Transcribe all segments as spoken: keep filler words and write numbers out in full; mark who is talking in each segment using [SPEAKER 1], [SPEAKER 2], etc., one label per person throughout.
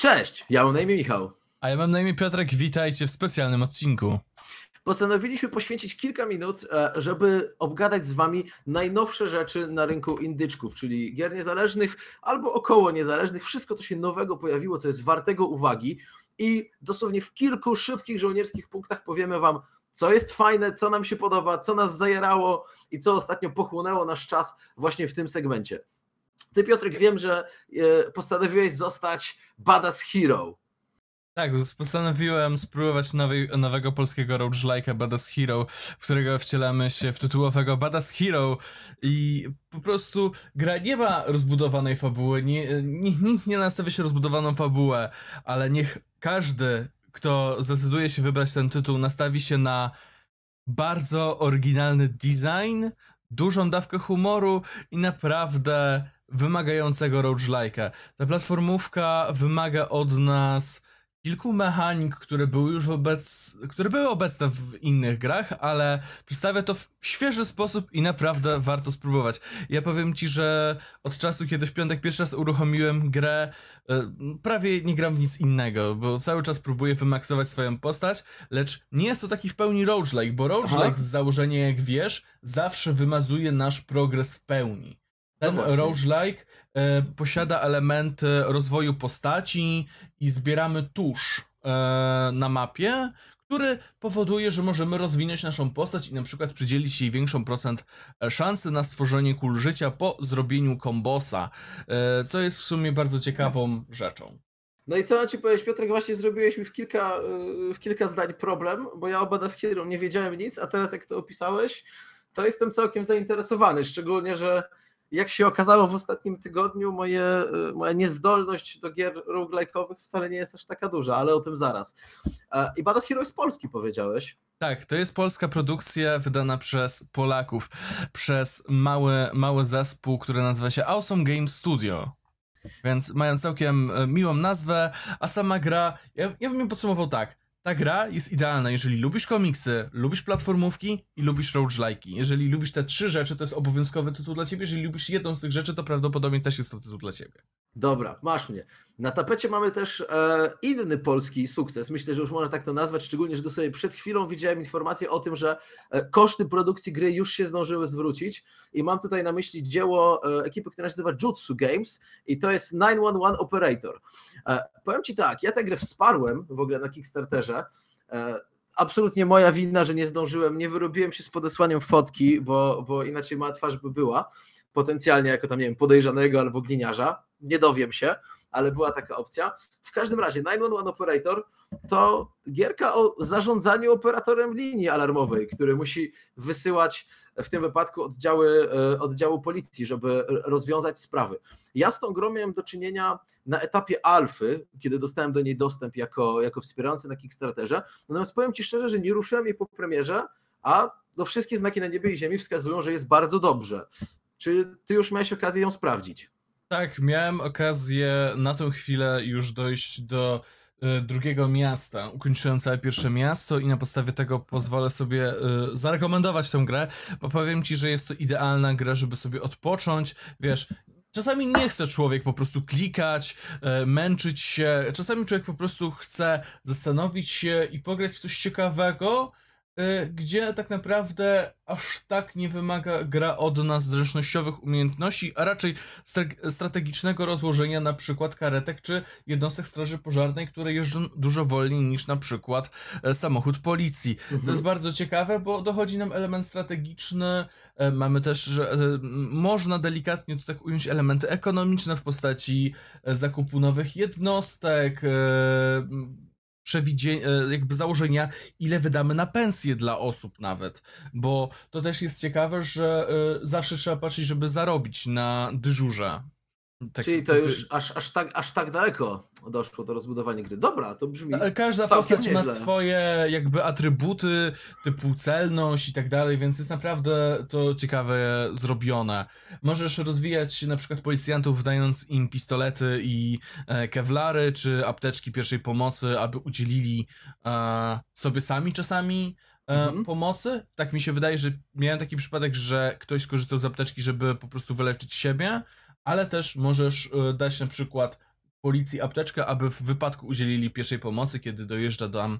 [SPEAKER 1] Cześć, ja mam na imię Michał.
[SPEAKER 2] A ja mam na imię Piotrek, witajcie w specjalnym odcinku.
[SPEAKER 1] Postanowiliśmy poświęcić kilka minut, e, żeby obgadać z wami najnowsze rzeczy na rynku indyczków, czyli gier niezależnych albo około niezależnych, wszystko co się nowego pojawiło, co jest wartego uwagi i dosłownie w kilku szybkich żołnierskich punktach powiemy wam, co jest fajne, co nam się podoba, co nas zajerało i co ostatnio pochłonęło nasz czas właśnie w tym segmencie. Ty, Piotrek, wiem, że e, postanowiłeś zostać Badass Hero.
[SPEAKER 2] Tak, postanowiłem spróbować nowej, nowego polskiego roguelike'a Badass Hero, w którego wcielamy się w tytułowego Badass Hero i po prostu gra nie ma rozbudowanej fabuły, nie, nie, nikt nie nastawia się rozbudowaną fabułę, ale niech każdy, kto zdecyduje się wybrać ten tytuł, nastawi się na bardzo oryginalny design, dużą dawkę humoru i naprawdę wymagającego roguelike'a. Ta platformówka wymaga od nas kilku mechanik, które były już wobec, które były obecne w innych grach, ale przedstawia to w świeży sposób i naprawdę warto spróbować. Ja powiem ci, że od czasu, kiedy w piątek pierwszy raz uruchomiłem grę, prawie nie gram w nic innego, bo cały czas próbuję wymaksować swoją postać, lecz nie jest to taki w pełni roguelike, bo roguelike
[SPEAKER 1] Aha.
[SPEAKER 2] z założenia, jak wiesz, zawsze wymazuje nasz progres w pełni. Ten
[SPEAKER 1] No
[SPEAKER 2] roguelike e, posiada elementy rozwoju postaci i zbieramy tusz e, na mapie, który powoduje, że możemy rozwinąć naszą postać i na przykład przydzielić jej większą procent szansy na stworzenie kul życia po zrobieniu kombosa, e, co jest w sumie bardzo ciekawą rzeczą.
[SPEAKER 1] No i co mam ci powiedzieć, Piotrek, właśnie zrobiłeś mi w kilka, w kilka zdań problem, bo ja o Badass Hero nie wiedziałem nic, a teraz jak to opisałeś, to jestem całkiem zainteresowany, szczególnie, że jak się okazało w ostatnim tygodniu, moje, moja niezdolność do gier roguelike'owych wcale nie jest aż taka duża, ale o tym zaraz. I Badass Hero jest polski, powiedziałeś.
[SPEAKER 2] Tak, to jest polska produkcja wydana przez Polaków, przez mały, mały zespół, który nazywa się Awesome Game Studio. Więc mają całkiem miłą nazwę, a sama gra, ja, ja bym ją podsumował tak. Ta gra jest idealna, jeżeli lubisz komiksy, lubisz platformówki i lubisz roguelike'i. Jeżeli lubisz te trzy rzeczy, to jest obowiązkowy tytuł dla ciebie. Jeżeli lubisz jedną z tych rzeczy, to prawdopodobnie też jest to tytuł dla ciebie.
[SPEAKER 1] Dobra, masz mnie. Na tapecie mamy też e, inny polski sukces. Myślę, że już można tak to nazwać, szczególnie, że dosłownie przed chwilą widziałem informację o tym, że e, koszty produkcji gry już się zdążyły zwrócić i mam tutaj na myśli dzieło e, ekipy, która się nazywa Jutsu Games i to jest dziewięć jeden jeden Operator. E, powiem ci tak, ja tę grę wsparłem w ogóle na Kickstarterze. E, absolutnie moja wina, że nie zdążyłem, nie wyrobiłem się z podesłaniem fotki, bo, bo inaczej moja twarz by była potencjalnie jako tam, nie wiem, podejrzanego albo gliniarza. Nie dowiem się, ale była taka opcja. W każdym razie dziewięć jeden jeden Operator to gierka o zarządzaniu operatorem linii alarmowej, który musi wysyłać w tym wypadku oddziały, oddziału policji, żeby rozwiązać sprawy. Ja z tą grą miałem do czynienia na etapie alfy, kiedy dostałem do niej dostęp jako, jako wspierający na Kickstarterze. Natomiast powiem ci szczerze, że nie ruszyłem jej po premierze, a no wszystkie znaki na niebie i ziemi wskazują, że jest bardzo dobrze. Czy ty już miałeś okazję ją sprawdzić?
[SPEAKER 2] Tak, miałem okazję na tę chwilę już dojść do y, drugiego miasta. Ukończyłem całe pierwsze miasto i na podstawie tego pozwolę sobie y, zarekomendować tę grę, bo powiem ci, że jest to idealna gra, żeby sobie odpocząć. Wiesz, czasami nie chce człowiek po prostu klikać, y, męczyć się. Czasami człowiek po prostu chce zastanowić się i pograć w coś ciekawego, gdzie tak naprawdę aż tak nie wymaga gra od nas zręcznościowych umiejętności, a raczej stra- strategicznego rozłożenia na przykład karetek czy jednostek straży pożarnej, które jeżdżą dużo wolniej niż na przykład e, samochód policji.
[SPEAKER 1] Mhm.
[SPEAKER 2] To jest bardzo ciekawe, bo dochodzi nam element strategiczny, e, mamy też, że e, można delikatnie to tak ująć elementy ekonomiczne w postaci e, zakupu nowych jednostek, e, przewidzie, jakby założenia, ile wydamy na pensje dla osób nawet, bo to też jest ciekawe, że y, zawsze trzeba patrzeć, żeby zarobić na dyżurze. Tak,
[SPEAKER 1] Czyli to już aż, aż, tak, aż tak daleko doszło do rozbudowania gry. Dobra, to brzmi
[SPEAKER 2] Każda
[SPEAKER 1] całkiem
[SPEAKER 2] postać ma
[SPEAKER 1] nieźle.
[SPEAKER 2] swoje jakby atrybuty, typu celność i tak dalej, więc jest naprawdę to ciekawe zrobione. Możesz rozwijać na przykład policjantów, dając im pistolety i e, kewlary, czy apteczki pierwszej pomocy, aby udzielili e, sobie sami czasami e,
[SPEAKER 1] Mhm.
[SPEAKER 2] pomocy. Tak mi się wydaje, że miałem taki przypadek, że ktoś skorzystał z apteczki, żeby po prostu wyleczyć siebie, ale też możesz e, dać na przykład policji apteczkę, aby w wypadku udzielili pierwszej pomocy, kiedy dojeżdża tam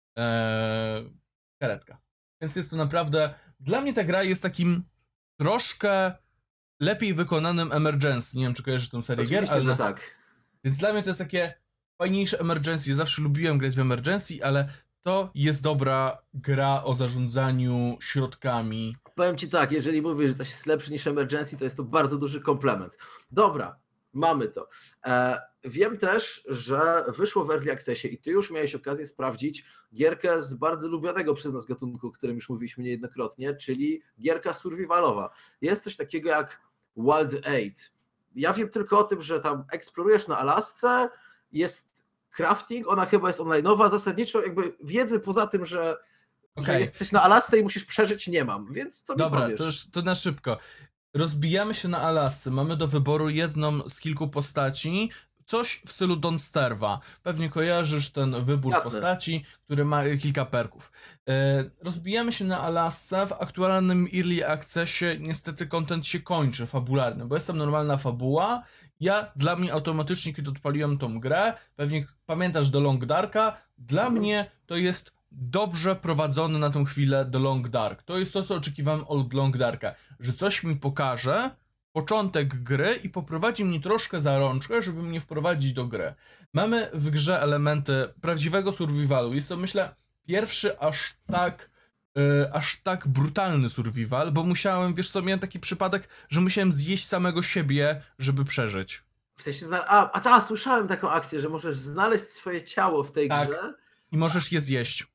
[SPEAKER 2] e, karetka. Więc jest to naprawdę, dla mnie ta gra jest takim troszkę lepiej wykonanym Emergency. Nie wiem, czy kojarzysz tę serię gier,
[SPEAKER 1] Oczywiście,
[SPEAKER 2] ale
[SPEAKER 1] że
[SPEAKER 2] na...
[SPEAKER 1] tak.
[SPEAKER 2] Więc dla mnie to jest takie fajniejsze Emergency. Zawsze lubiłem grać w Emergency, ale to jest dobra gra o zarządzaniu środkami.
[SPEAKER 1] Powiem ci tak, jeżeli mówisz, że to jest lepszy niż Emergency, to jest to bardzo duży komplement. Dobra, mamy to. E, wiem też, że wyszło w Early Accessie i ty już miałeś okazję sprawdzić gierkę z bardzo lubianego przez nas gatunku, o którym już mówiliśmy niejednokrotnie, czyli gierka survivalowa. Jest coś takiego jak Wild Eight. Ja wiem tylko o tym, że tam eksplorujesz na Alasce, jest crafting, ona chyba jest online'owa, zasadniczo jakby wiedzy poza tym, że że
[SPEAKER 2] Okej.
[SPEAKER 1] jesteś na Alasce i musisz przeżyć, nie mam, więc co mi
[SPEAKER 2] Dobra,
[SPEAKER 1] powiesz?
[SPEAKER 2] to już to na szybko. Rozbijamy się na Alasce, mamy do wyboru jedną z kilku postaci, coś w stylu Don't Starve'a. Pewnie kojarzysz ten wybór
[SPEAKER 1] Jasne.
[SPEAKER 2] postaci, który ma kilka perków. E, rozbijamy się na Alasce, w aktualnym Early Accessie niestety content się kończy, fabularny, bo jest tam normalna fabuła. Ja, dla mnie automatycznie, kiedy odpaliłem tą grę, pewnie pamiętasz do Long Darka, dla
[SPEAKER 1] Mhm.
[SPEAKER 2] mnie to jest dobrze prowadzony na tę chwilę The Long Dark. To jest to, co oczekiwałem od Long Darka, że coś mi pokaże, początek gry i poprowadzi mnie troszkę za rączkę, żeby mnie wprowadzić do gry. Mamy w grze elementy prawdziwego survivalu. Jest to, myślę, pierwszy aż tak yy, aż tak brutalny survival, bo musiałem, wiesz co, miałem taki przypadek, że musiałem zjeść samego siebie, żeby przeżyć.
[SPEAKER 1] W sensie, zna... a, a ta, słyszałem taką akcję, że możesz znaleźć swoje ciało w tej
[SPEAKER 2] Tak.
[SPEAKER 1] grze.
[SPEAKER 2] I możesz je zjeść.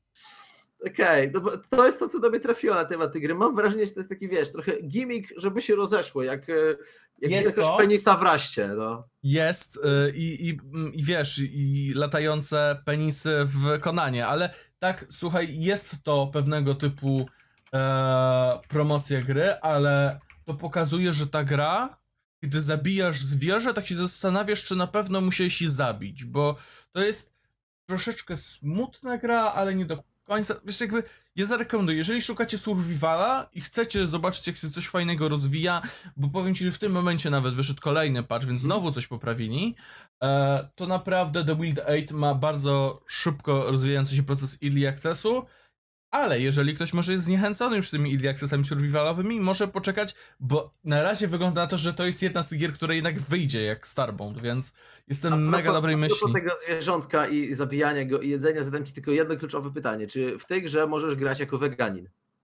[SPEAKER 1] Okej, okay. No bo to jest to, co do mnie trafiło na temat tej gry. Mam wrażenie, że to jest taki, wiesz, trochę gimmick, żeby się rozeszło, jak, jak
[SPEAKER 2] Jest
[SPEAKER 1] jakoś
[SPEAKER 2] to.
[SPEAKER 1] penisa w raście, no.
[SPEAKER 2] Jest y, i, i, i wiesz, i latające penisy w Konanie, ale tak, słuchaj, jest to pewnego typu e, promocja gry, ale to pokazuje, że ta gra, kiedy zabijasz zwierzę, tak się zastanawiasz, czy na pewno musiałeś je zabić, bo to jest troszeczkę smutna gra, ale nie do końca, wiesz, jakby ja zarekomenduję, jeżeli szukacie survivala i chcecie zobaczyć, jak się coś fajnego rozwija, bo powiem ci, że w tym momencie nawet wyszedł kolejny patch, więc znowu coś poprawili, e, to naprawdę The Wild Eight ma bardzo szybko rozwijający się proces Early Accessu, ale jeżeli ktoś może jest zniechęcony już tymi Early Accessami survivalowymi, może poczekać, bo na razie wygląda na to, że to jest jedna z tych gier, która jednak wyjdzie jak Starbound, więc jestem
[SPEAKER 1] A propos-
[SPEAKER 2] mega dobrej
[SPEAKER 1] a propos
[SPEAKER 2] myśli.
[SPEAKER 1] tego zwierzątka i zabijania go i jedzenia, zadam ci tylko jedno kluczowe pytanie. Czy w tej grze możesz grać jako weganin?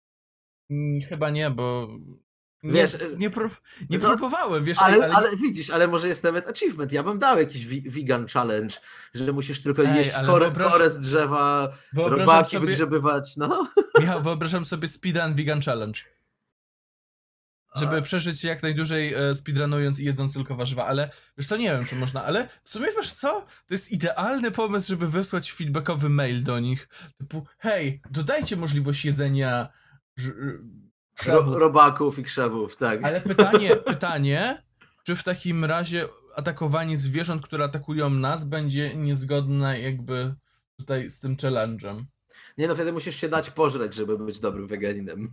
[SPEAKER 2] Mm, Chyba nie, bo nie,
[SPEAKER 1] Wiesz,
[SPEAKER 2] nie, pró- nie
[SPEAKER 1] no,
[SPEAKER 2] próbowałem, wiesz,
[SPEAKER 1] Ale,
[SPEAKER 2] ale,
[SPEAKER 1] ale widzisz, ale może jest nawet achievement. Ja bym dał jakiś wi- vegan challenge, że musisz tylko
[SPEAKER 2] Ej,
[SPEAKER 1] jeść
[SPEAKER 2] ale
[SPEAKER 1] korę,
[SPEAKER 2] wyobraź-
[SPEAKER 1] korę z drzewa,
[SPEAKER 2] wyobrażam
[SPEAKER 1] robaki
[SPEAKER 2] sobie,
[SPEAKER 1] wygrzebywać, no.
[SPEAKER 2] Michał, wyobrażam sobie speedrun vegan challenge. Żeby
[SPEAKER 1] A.
[SPEAKER 2] przeżyć jak najdłużej e, speedrunując i jedząc tylko warzywa, ale wiesz, to nie wiem, czy można, ale w sumie wiesz co? To jest idealny pomysł, żeby wysłać feedbackowy mail do nich, typu, hej, dodajcie możliwość jedzenia ż- krzewów.
[SPEAKER 1] Ro- robaków i krzewów, tak.
[SPEAKER 2] Ale pytanie, pytanie, czy w takim razie atakowanie zwierząt, które atakują nas, będzie niezgodne jakby tutaj z tym challenge'em?
[SPEAKER 1] Nie no, wtedy musisz się dać pożreć, żeby być dobrym weganinem.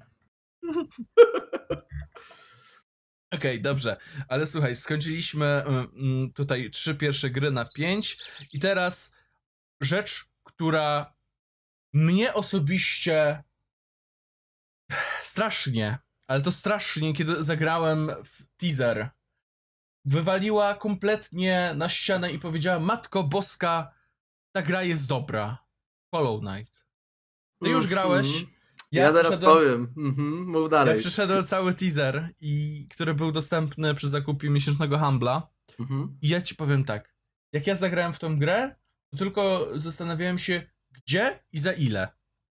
[SPEAKER 2] Okej, dobrze, ale słuchaj, skończyliśmy mm, tutaj trzy pierwsze gry na pięć i teraz rzecz, która mnie osobiście strasznie, ale to strasznie, kiedy zagrałem w teaser, wywaliła kompletnie na ścianę i powiedziała, Matko Boska, ta gra jest dobra. Hollow Knight. Ty już
[SPEAKER 1] Mhm.
[SPEAKER 2] grałeś?
[SPEAKER 1] Ja, ja zaraz
[SPEAKER 2] przeszedłem-
[SPEAKER 1] powiem. Mhm, mów dalej.
[SPEAKER 2] Ja przeszedłem cały teaser, i, który był dostępny przy zakupie miesięcznego Humbla.
[SPEAKER 1] Mhm.
[SPEAKER 2] I ja ci powiem tak. Jak ja zagrałem w tą grę, to tylko zastanawiałem się, gdzie i za ile.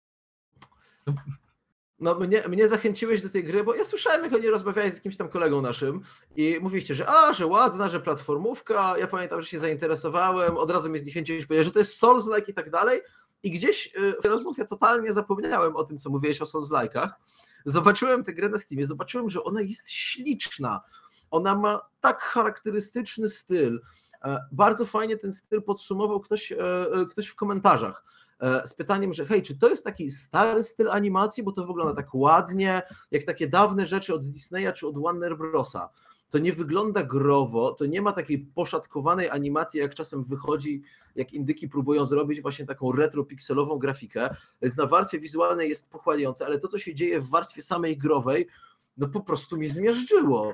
[SPEAKER 1] No mnie, mnie zachęciłeś do tej gry, bo ja słyszałem, jak oni rozmawiali z jakimś tam kolegą naszym i mówiliście, że a, że ładna, że platformówka, ja pamiętam, że się zainteresowałem, od razu mnie zniechęciłeś, powiedziałeś, że to jest Souls-like i tak dalej i gdzieś w tej rozmowie totalnie zapomniałem o tym, co mówiłeś o Souls-like'ach. Zobaczyłem tę grę na Steamie, zobaczyłem, że ona jest śliczna, ona ma tak charakterystyczny styl, bardzo fajnie ten styl podsumował ktoś, ktoś w komentarzach z pytaniem, że hej, czy to jest taki stary styl animacji, bo to wygląda tak ładnie, jak takie dawne rzeczy od Disneya czy od Warner Brosa. to nie wygląda growo, to nie ma takiej poszatkowanej animacji, jak czasem wychodzi, jak indyki próbują zrobić właśnie taką retro-pikselową grafikę, więc na warstwie wizualnej jest pochłaniające, ale to, co się dzieje w warstwie samej growej, no po prostu mi zmiażdżyło.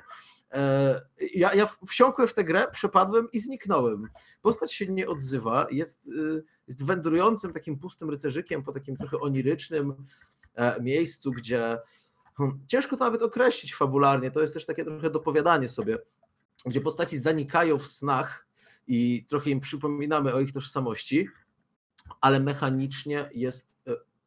[SPEAKER 1] Ja, ja wsiąkłem w tę grę, przepadłem i zniknąłem. Postać się nie odzywa, jest, jest wędrującym takim pustym rycerzykiem po takim trochę onirycznym miejscu, gdzie hmm, ciężko to nawet określić fabularnie, to jest też takie trochę dopowiadanie sobie, gdzie postaci zanikają w snach i trochę im przypominamy o ich tożsamości, ale mechanicznie jest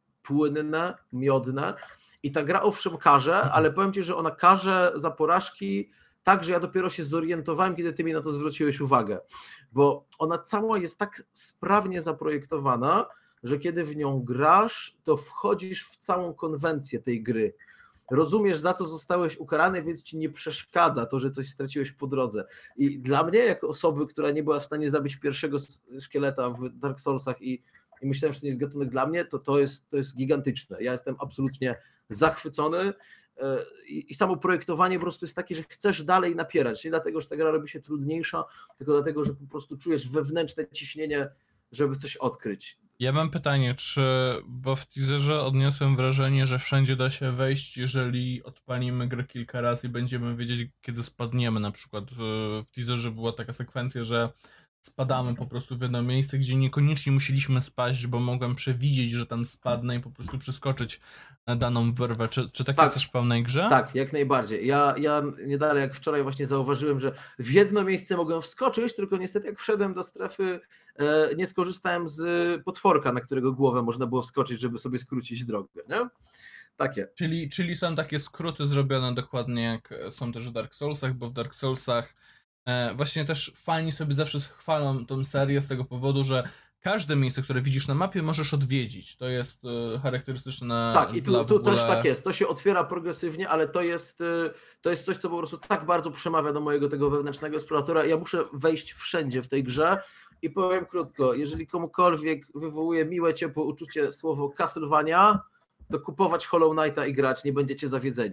[SPEAKER 1] płynne, miodne i ta gra owszem karze, ale powiem Ci, że ona karze za porażki tak, że ja dopiero się zorientowałem, kiedy Ty mi na to zwróciłeś uwagę, bo ona cała jest tak sprawnie zaprojektowana, że kiedy w nią grasz, to wchodzisz w całą konwencję tej gry. Rozumiesz, za co zostałeś ukarany, więc ci nie przeszkadza to, że coś straciłeś po drodze. I dla mnie, jako osoby, która nie była w stanie zabić pierwszego szkieleta w Dark Soulsach i, i myślałem, że to nie jest gatunek dla mnie, to to jest, to jest gigantyczne. Ja jestem absolutnie zachwycony i, i samo projektowanie po prostu jest takie, że chcesz dalej napierać. Nie dlatego, że ta gra robi się trudniejsza, tylko dlatego, że po prostu czujesz wewnętrzne ciśnienie, żeby coś odkryć.
[SPEAKER 2] Ja mam pytanie, czy, bo w teaserze odniosłem wrażenie, że wszędzie da się wejść, jeżeli odpalimy grę kilka razy i będziemy wiedzieć, kiedy spadniemy. Na przykład w teaserze była taka sekwencja, że spadamy po prostu w jedno miejsce, gdzie niekoniecznie musieliśmy spaść, bo mogłem przewidzieć, że tam spadnę i po prostu przeskoczyć daną wyrwę. Czy, czy tak, tak jest też w pełnej grze?
[SPEAKER 1] Tak, jak najbardziej. Ja, ja nie dalej jak wczoraj właśnie zauważyłem, że w jedno miejsce mogłem wskoczyć, tylko niestety jak wszedłem do strefy, e, nie skorzystałem z potworka, na którego głowę można było wskoczyć, żeby sobie skrócić drogę, nie? Takie.
[SPEAKER 2] Czyli, czyli są takie skróty zrobione dokładnie jak są też w Dark Soulsach, bo w Dark Soulsach e, właśnie też fani sobie zawsze chwalą tą serię z tego powodu, że każde miejsce, które widzisz na mapie, możesz odwiedzić. To jest e, charakterystyczne
[SPEAKER 1] tak, i
[SPEAKER 2] dla
[SPEAKER 1] tu, tu
[SPEAKER 2] w ogóle...
[SPEAKER 1] też tak jest. To się otwiera progresywnie, ale to jest, to jest coś, co po prostu tak bardzo przemawia do mojego tego wewnętrznego eksploratora. Ja muszę wejść wszędzie w tej grze i powiem krótko, jeżeli komukolwiek wywołuje miłe, ciepłe uczucie słowo Castlevania, to kupować Hollow Knighta i grać, nie będziecie zawiedzeni.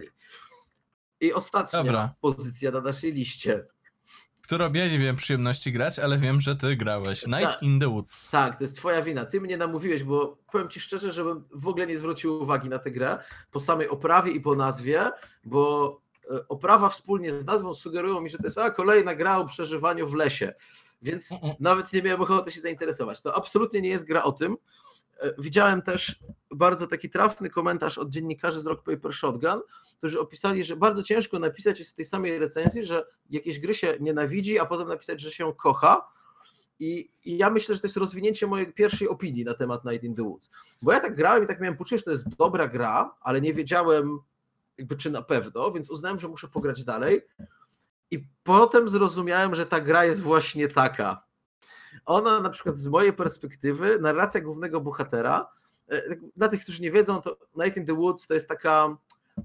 [SPEAKER 1] I ostatnia Dobra. pozycja na naszej liście.
[SPEAKER 2] Którą ja nie miałem przyjemności grać, ale wiem, że ty grałeś. Night
[SPEAKER 1] tak,
[SPEAKER 2] in the Woods.
[SPEAKER 1] Tak, to jest twoja wina. Ty mnie namówiłeś, bo powiem ci szczerze, żebym w ogóle nie zwrócił uwagi na tę grę po samej oprawie i po nazwie, bo oprawa wspólnie z nazwą sugerują mi, że to jest a, kolejna gra o przeżywaniu w lesie, więc uh -uh. nawet nie miałem ochoty się zainteresować. To absolutnie nie jest gra o tym. Widziałem też bardzo taki trafny komentarz od dziennikarzy z Rock Paper Shotgun, którzy opisali, że bardzo ciężko napisać jest w tej samej recenzji, że jakieś gry się nienawidzi, a potem napisać, że się kocha. I, I ja myślę, że to jest rozwinięcie mojej pierwszej opinii na temat Night in the Woods. Bo ja tak grałem i tak miałem poczucie, że to jest dobra gra, ale nie wiedziałem jakby czy na pewno, więc uznałem, że muszę pograć dalej. I potem zrozumiałem, że ta gra jest właśnie taka. Ona na przykład z mojej perspektywy, narracja głównego bohatera, dla tych, którzy nie wiedzą, to Night in the Woods to jest taka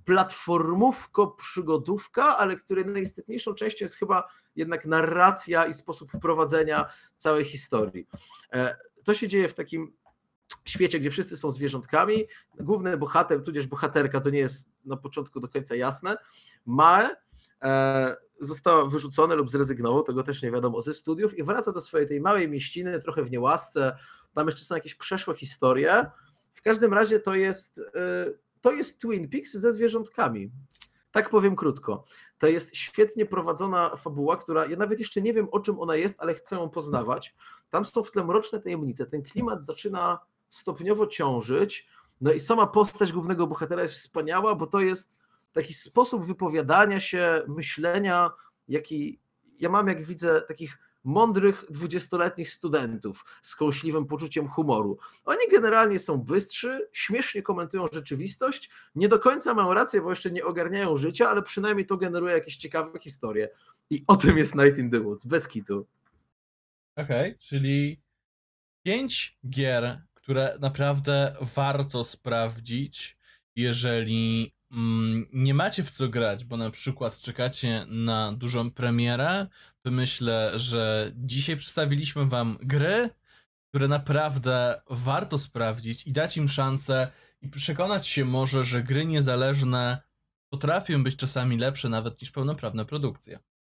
[SPEAKER 1] platformówko-przygodówka, ale której najistotniejszą częścią jest chyba jednak narracja i sposób prowadzenia całej historii. To się dzieje w takim świecie, gdzie wszyscy są zwierzątkami. Główny bohater, tudzież bohaterka, to nie jest na początku do końca jasne, Mae została wyrzucona lub zrezygnował, tego też nie wiadomo, ze studiów i wraca do swojej tej małej mieściny, trochę w niełasce, tam jeszcze są jakieś przeszłe historie. W każdym razie to jest, to jest Twin Peaks ze zwierzątkami. Tak powiem krótko. To jest świetnie prowadzona fabuła, która, ja nawet jeszcze nie wiem, o czym ona jest, ale chcę ją poznawać. Tam są w tle mroczne tajemnice, ten klimat zaczyna stopniowo ciążyć, no i sama postać głównego bohatera jest wspaniała, bo to jest taki sposób wypowiadania się, myślenia, jaki ja mam, jak widzę takich mądrych dwudziestoletnich studentów z kąśliwym poczuciem humoru. Oni generalnie są bystrzy, śmiesznie komentują rzeczywistość, nie do końca mają rację, bo jeszcze nie ogarniają życia, ale przynajmniej to generuje jakieś ciekawe historie. I o tym jest Night in the Woods, bez kitu.
[SPEAKER 2] Okej, okay, czyli pięć gier, które naprawdę warto sprawdzić, jeżeli mm, nie macie w co grać, bo na przykład czekacie na dużą premierę, to myślę, że dzisiaj przedstawiliśmy wam gry, które naprawdę warto sprawdzić i dać im szansę i przekonać się może, że gry niezależne potrafią być czasami lepsze nawet niż pełnoprawne produkcje.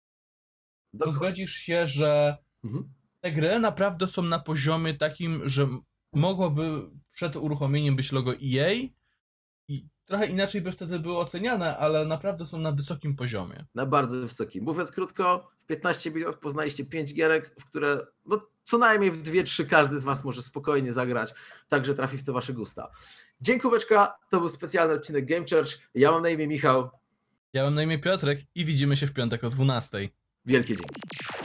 [SPEAKER 2] to
[SPEAKER 1] Dokładnie.
[SPEAKER 2] zgodzisz się, że
[SPEAKER 1] Mhm.
[SPEAKER 2] te gry naprawdę są na poziomie takim, że mogłoby przed uruchomieniem być logo E A i trochę inaczej by wtedy były oceniane, ale naprawdę są na wysokim poziomie.
[SPEAKER 1] Na bardzo wysokim. Mówiąc krótko, w piętnaście minut poznaliście pięć gierek, w które no, co najmniej w dwie trzy każdy z was może spokojnie zagrać, także trafi w te wasze gusta. Dziękóweczka, to był specjalny odcinek Game Church. Ja mam na imię Michał.
[SPEAKER 2] Ja mam na imię Piotrek i widzimy się w piątek o dwunastej.
[SPEAKER 1] Wielkie dzięki.